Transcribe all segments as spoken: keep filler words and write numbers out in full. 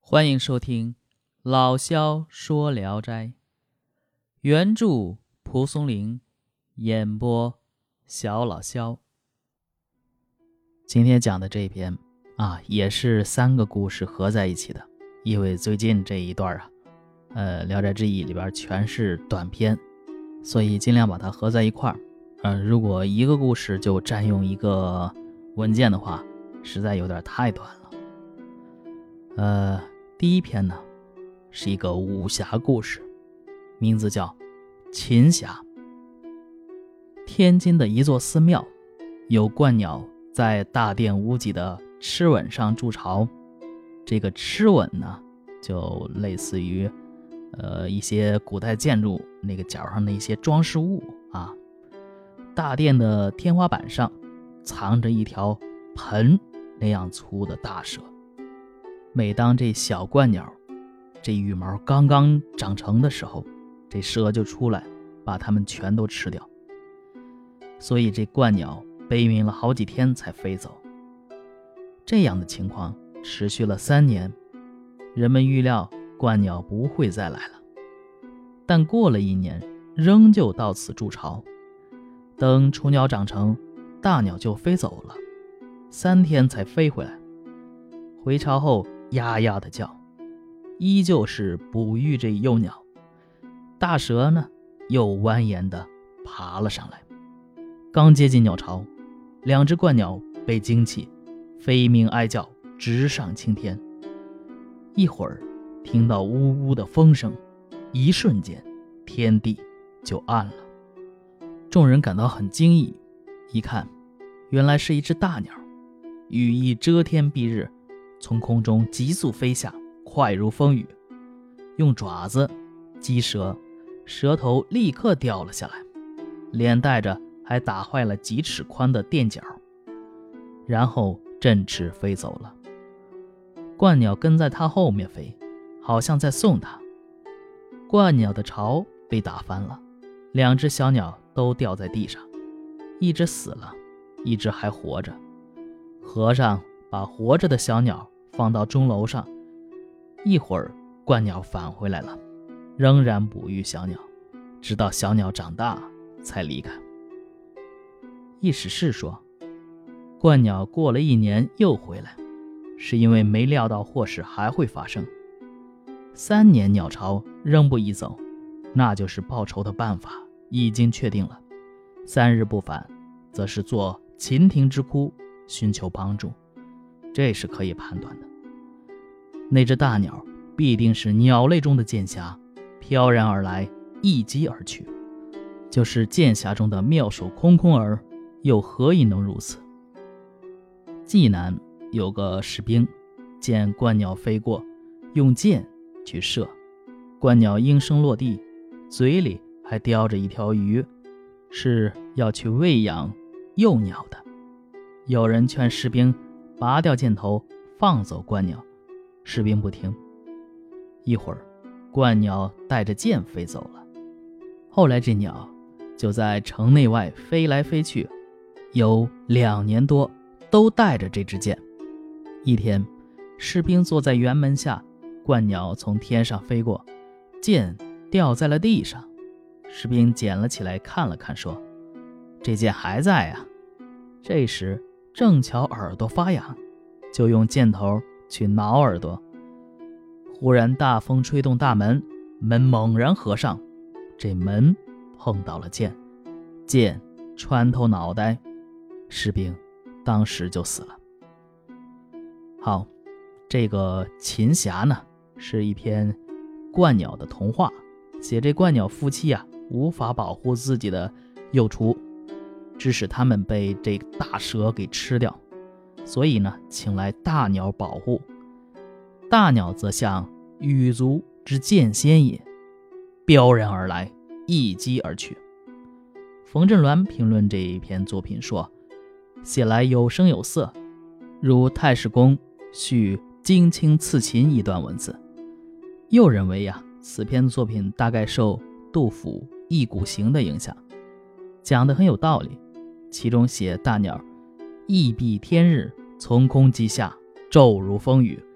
欢迎收听老萧说聊斋，原著蒲松龄，演播小老萧。今天讲的这篇啊，也是三个故事合在一起的，因为最近这一段啊，呃，《聊斋志异》里边全是短篇，所以尽量把它合在一块儿。呃，如果一个故事就占用一个文件的话，实在有点太短了。呃，第一篇呢，是一个武侠故事，名字叫秦侠。天津的一座寺庙，有鹳鸟在大殿屋脊的螭吻上筑巢。这个螭吻呢，就类似于呃一些古代建筑那个角上的一些装饰物啊。大殿的天花板上藏着一条盆那样粗的大蛇。每当这小鹳鸟这羽毛刚刚长成的时候，这蛇就出来把它们全都吃掉。所以这鹳鸟悲鸣了好几天才飞走。这样的情况持续了三年，人们预料鹳鸟不会再来了。但过了一年，仍旧到此筑巢。等雏鸟长成，大鸟就飞走了，三天才飞回来。回巢后呀呀的叫，依旧是哺育这幼鸟。大蛇呢，又蜿蜒的爬了上来。刚接近鸟巢，两只鹳鸟被惊起，飞鸣哀叫，直上青天。一会儿听到呜呜的风声，一瞬间天地就暗了。众人感到很惊异，一看原来是一只大鸟，羽翼遮天蔽日，从空中急速飞下，快如风雨，用爪子击蛇，蛇头立刻掉了下来，连带着还打坏了几尺宽的垫脚，然后振翅飞走了。鹳鸟跟在它后面飞，好像在送它。鹳鸟的巢被打翻了，两只小鸟都掉在地上，一只死了，一只还活着。和尚把活着的小鸟放到钟楼上，一会儿鹳鸟返回来了，仍然哺育小鸟，直到小鸟长大才离开。意思是说，鹳鸟过了一年又回来，是因为没料到祸事还会发生。三年鸟巢仍不移走，那就是报仇的办法已经确定了。三日不返，则是做秦庭之窟，寻求帮助，这是可以判断的。那只大鸟必定是鸟类中的剑侠，飘然而来，一击而去。就是剑侠中的妙手空空儿，又何以能如此？济南有个士兵见鹳鸟飞过，用箭去射，鹳鸟应声落地，嘴里还叼着一条鱼，是要去喂养幼鸟的。有人劝士兵拔掉箭头，放走鹳鸟，士兵不听。一会儿鹳鸟带着箭飞走了。后来这鸟就在城内外飞来飞去，有两年多都带着这支箭。一天，士兵坐在辕门下，鹳鸟从天上飞过，箭掉在了地上。士兵捡了起来看了看，说：这箭还在啊。这时正巧耳朵发痒，就用箭头去挠耳朵。忽然大风吹动大门，门猛然合上，这门碰到了箭，箭穿透脑袋，士兵当时就死了。好，这个秦侠呢，是一篇鹳鸟的童话，写这鹳鸟夫妻啊，无法保护自己的幼雏，致使他们被这大蛇给吃掉，所以呢，请来大鸟保护。大鸟则像羽族之剑仙也，飙然而来，一击而去。冯振鸾评论这一篇作品说，写来有声有色，如太史公叙荆青刺秦一段文字。又认为呀、啊，此篇作品大概受杜甫《忆古行》的影响，讲得很有道理。其中写大鸟翼蔽天日，从空击下，骤如风雨，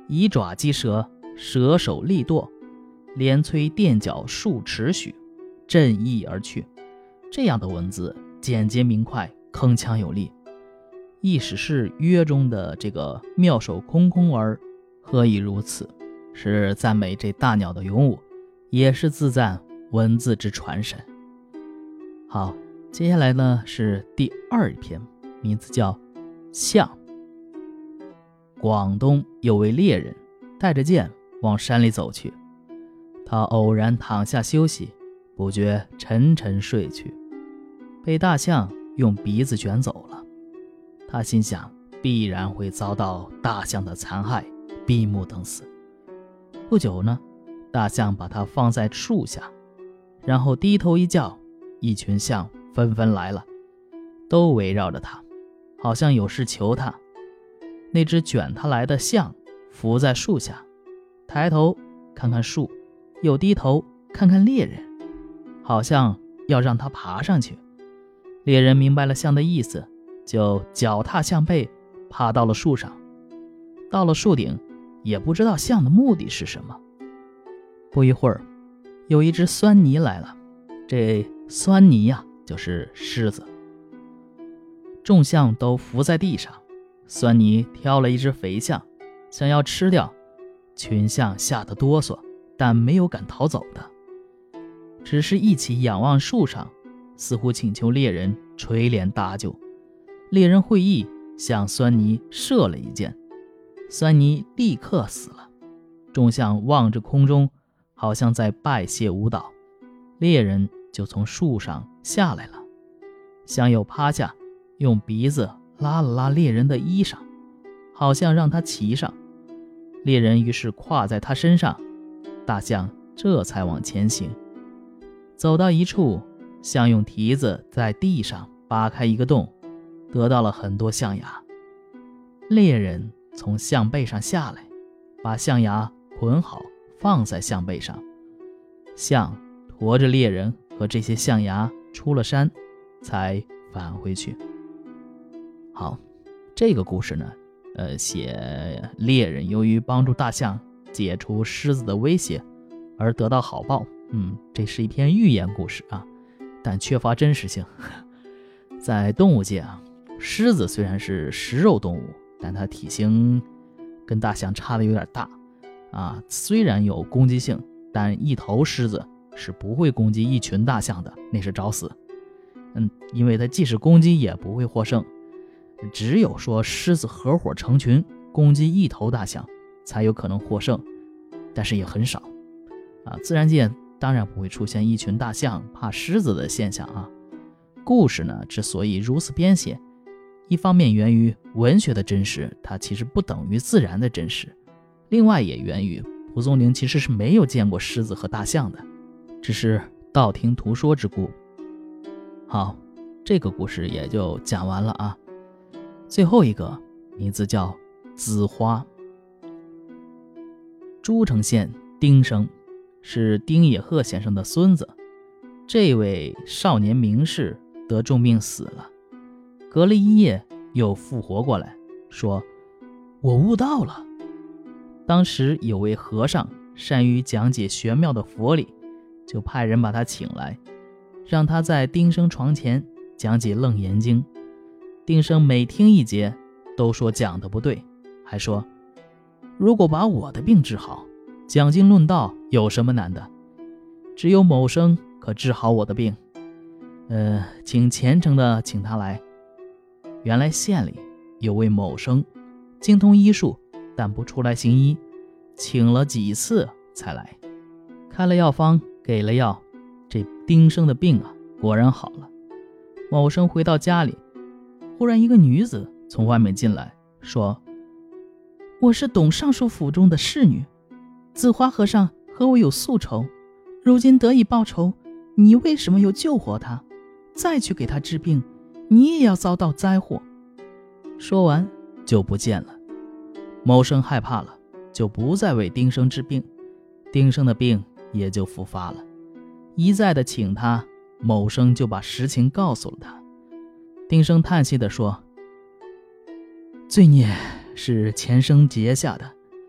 以爪击蛇，蛇手力剁，连催垫脚数尺许，振翼而去。这样的文字简洁明快，铿锵有力，意思是约中的这个妙手空空儿何以如此，是赞美这大鸟的勇武，也是自赞文字之传神。好，接下来呢是第二篇，名字叫象。广东有位猎人带着剑往山里走去，他偶然躺下休息，不觉沉沉睡去，被大象用鼻子卷走了。他心想必然会遭到大象的残害，闭目等死。不久呢，大象把他放在树下，然后低头一叫，一群象纷纷来了，都围绕着他，好像有事求他。那只卷他来的象伏在树下，抬头看看树，又低头看看猎人，好像要让他爬上去。猎人明白了象的意思，就脚踏象背爬到了树上。到了树顶，也不知道象的目的是什么。不一会儿，有一只狻猊来了，这狻猊呀、啊、就是狮子。众象都伏在地上，狻猊挑了一只肥象，想要吃掉，群象吓得哆嗦，但没有敢逃走的，只是一起仰望树上，似乎请求猎人垂怜搭救。猎人会意，向狻猊射了一箭，狻猊立刻死了。众象望着空中，好像在拜谢舞蹈。猎人就从树上下来了，象又趴下，用鼻子拉了拉猎人的衣裳，好像让他骑上。猎人于是跨在他身上，大象这才往前行。走到一处，象用蹄子在地上扒开一个洞，得到了很多象牙。猎人从象背上下来，把象牙捆好放在象背上，象驮着猎人和这些象牙出了山，才返回去。好，这个故事呢，呃，写猎人由于帮助大象解除狮子的威胁而得到好报。嗯，这是一篇寓言故事啊，但缺乏真实性。在动物界啊，狮子虽然是食肉动物，但它体型跟大象差的有点大啊。虽然有攻击性，但一头狮子是不会攻击一群大象的，那是找死。嗯，因为它即使攻击也不会获胜。只有说狮子合伙成群攻击一头大象才有可能获胜，但是也很少啊。自然界当然不会出现一群大象怕狮子的现象啊。故事呢之所以如此编写，一方面源于文学的真实，它其实不等于自然的真实，另外也源于蒲松龄其实是没有见过狮子和大象的，只是道听途说之故。好，这个故事也就讲完了啊。最后一个名字叫紫花。诸城县丁生是丁野鹤先生的孙子，这位少年名士得重病死了，隔了一夜又复活过来，说我悟道了。当时有位和尚善于讲解玄妙的佛理，就派人把他请来，让他在丁生床前讲解楞严经。丁生每听一节都说讲得不对，还说如果把我的病治好，讲经论道有什么难的？只有某生可治好我的病，呃，请虔诚的请他来。原来县里有位某生，精通医术，但不出来行医，请了几次才来，开了药方，给了药，这丁生的病啊，果然好了。某生回到家里，忽然一个女子从外面进来，说我是董尚书府中的侍女，紫花和尚和我有宿仇，如今得以报仇，你为什么又救活他？再去给他治病，你也要遭到灾祸。说完就不见了。某生害怕了，就不再为丁生治病，丁生的病也就复发了。一再的请他，某生就把实情告诉了他。丁生叹息地说，罪孽是前生结下的，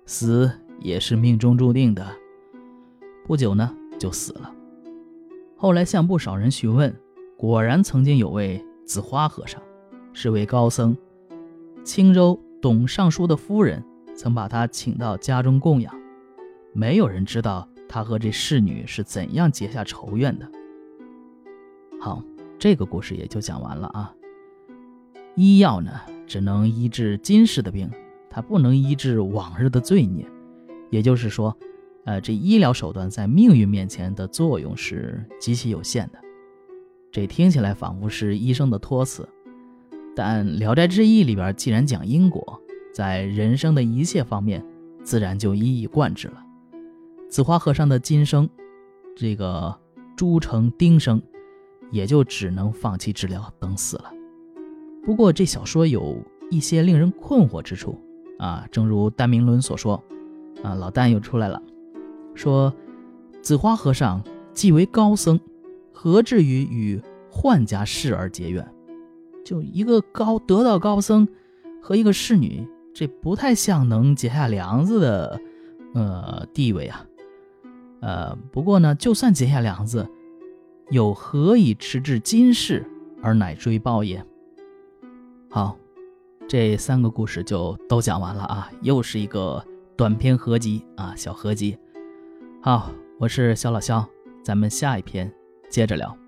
死也是命中注定的。不久呢，就死了。后来向不少人询问，果然曾经有位紫花和尚，是位高僧，青州董尚书的夫人曾把他请到家中供养，没有人知道他和这侍女是怎样结下仇怨的。好，这个故事也就讲完了啊。医药呢，只能医治今世的病，它不能医治往日的罪孽。也就是说，呃，这医疗手段在命运面前的作用是极其有限的。这听起来仿佛是医生的托词，但《聊斋志异》里边既然讲因果，在人生的一切方面自然就一以贯之了。紫花和尚的今生，这个朱成丁生也就只能放弃治疗等死了。不过这小说有一些令人困惑之处啊，正如丹明伦所说啊，老丹又出来了，说紫花和尚既为高僧，何至于与宦家侍儿结怨？就一个高得道高僧和一个侍女，这不太像能结下梁子的呃地位啊。呃，不过呢，就算结下梁子，有何以迟至今世而乃追报也？好，这三个故事就都讲完了啊，又是一个短篇合集啊，小合集。好，我是小老肖，咱们下一篇接着聊。